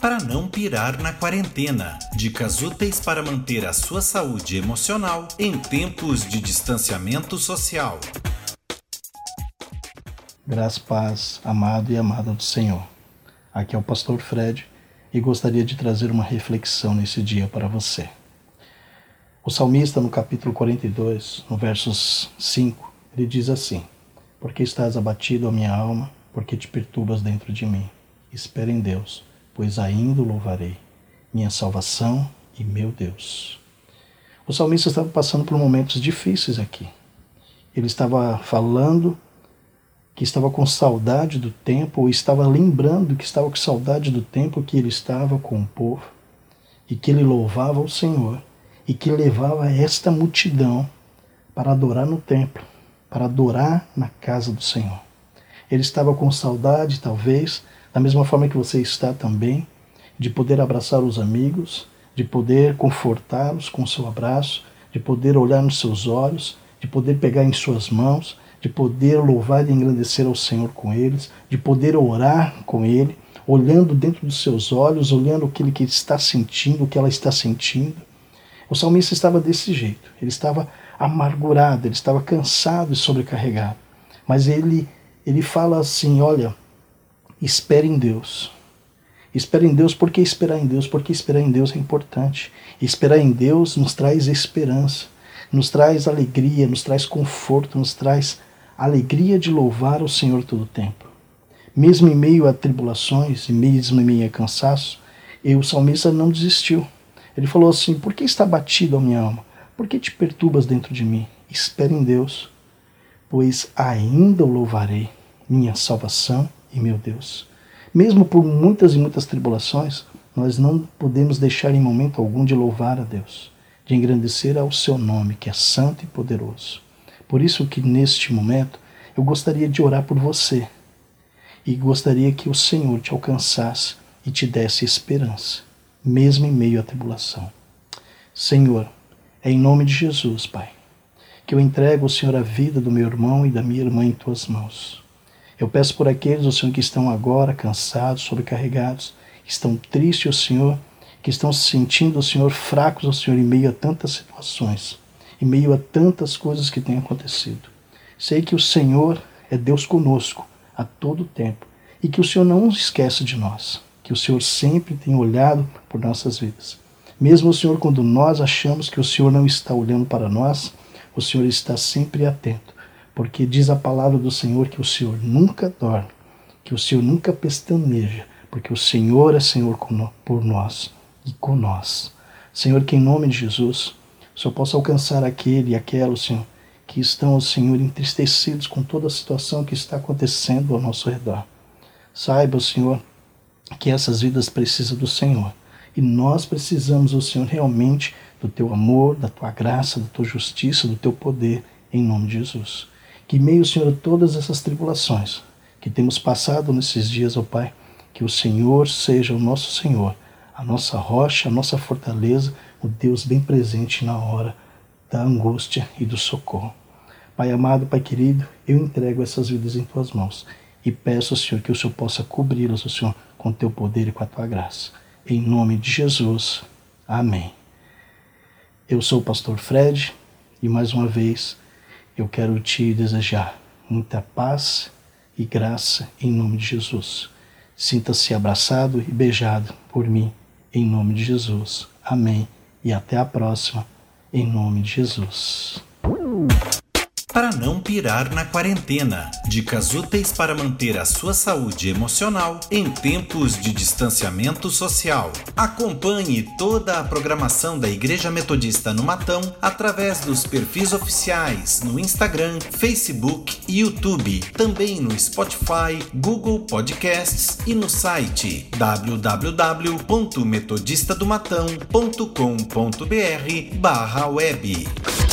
para não pirar na quarentena. Dicas úteis para manter a sua saúde emocional em tempos de distanciamento social. Graça, paz, amado e amada do Senhor. Aqui é o Pastor Fred e gostaria de trazer uma reflexão nesse dia para você. O salmista, no capítulo 42, no versos 5, ele diz assim: Por que estás abatido, ó minha alma? Por que te perturbas dentro de mim? Espera em Deus, pois ainda o louvarei, minha salvação e meu Deus. O salmista estava passando por momentos difíceis aqui. Ele estava falando que estava com saudade do tempo, ou estava lembrando que estava com saudade do tempo que ele estava com o povo, e que ele louvava o Senhor, e que levava esta multidão para adorar no templo, para adorar na casa do Senhor. Ele estava com saudade, talvez, da mesma forma que você está também, de poder abraçar os amigos, de poder confortá-los com o seu abraço, de poder olhar nos seus olhos, de poder pegar em suas mãos, de poder louvar e engrandecer ao Senhor com eles, de poder orar com Ele, olhando dentro dos seus olhos, olhando aquilo que ele está sentindo, o que ela está sentindo. O salmista estava desse jeito, ele estava amargurado, ele estava cansado e sobrecarregado. Mas ele fala assim, olha, espere em Deus. Espere em Deus, por que esperar em Deus? Porque esperar em Deus é importante. Esperar em Deus nos traz esperança, nos traz alegria, nos traz conforto, nos traz alegria de louvar o Senhor todo o tempo. Mesmo em meio a tribulações, e mesmo em meio a cansaço, o salmista não desistiu. Ele falou assim, por que está batido a minha alma? Por que te perturbas dentro de mim? Espere em Deus, pois ainda o louvarei, minha salvação e meu Deus. Mesmo por muitas e muitas tribulações, nós não podemos deixar em momento algum de louvar a Deus, de engrandecer ao seu nome, que é santo e poderoso. Por isso que neste momento eu gostaria de orar por você e gostaria que o Senhor te alcançasse e te desse esperança, mesmo em meio à tribulação. Senhor, é em nome de Jesus, Pai, que eu entrego, ao Senhor, a vida do meu irmão e da minha irmã em Tuas mãos. Eu peço por aqueles, ó Senhor, que estão agora cansados, sobrecarregados, que estão tristes, ó Senhor, que estão se sentindo, ó Senhor, fracos, ó Senhor, em meio a tantas situações, em meio a tantas coisas que têm acontecido. Sei que o Senhor é Deus conosco a todo tempo e que o Senhor não esquece de nós, que o Senhor sempre tem olhado por nossas vidas. Mesmo, o Senhor, quando nós achamos que o Senhor não está olhando para nós, o Senhor está sempre atento, porque diz a palavra do Senhor que o Senhor nunca dorme, que o Senhor nunca pestaneja, porque o Senhor é Senhor por nós e com nós. Senhor, que em nome de Jesus, o Senhor possa alcançar aquele e aquela, Senhor, que estão, Senhor, entristecidos com toda a situação que está acontecendo ao nosso redor. Saiba, Senhor, que essas vidas precisam do Senhor. E nós precisamos, Senhor, realmente do Teu amor, da Tua graça, da Tua justiça, do Teu poder, em nome de Jesus. Que em meio, Senhor, a todas essas tribulações que temos passado nesses dias, ó Pai, que o Senhor seja o nosso Senhor, a nossa rocha, a nossa fortaleza, o Deus bem presente na hora da angústia e do socorro. Pai amado, Pai querido, eu entrego essas vidas em Tuas mãos e peço, Senhor, que o Senhor possa cobri-las, Senhor, com Teu poder e com a Tua graça. Em nome de Jesus. Amém. Eu sou o Pastor Fred e mais uma vez eu quero te desejar muita paz e graça em nome de Jesus. Sinta-se abraçado e beijado por mim em nome de Jesus. Amém. E até a próxima, em nome de Jesus. Para não pirar na quarentena. Dicas úteis para manter a sua saúde emocional em tempos de distanciamento social. Acompanhe toda a programação da Igreja Metodista no Matão através dos perfis oficiais no Instagram, Facebook e YouTube. Também no Spotify, Google Podcasts e no site www.metodistadomatão.com.br/web.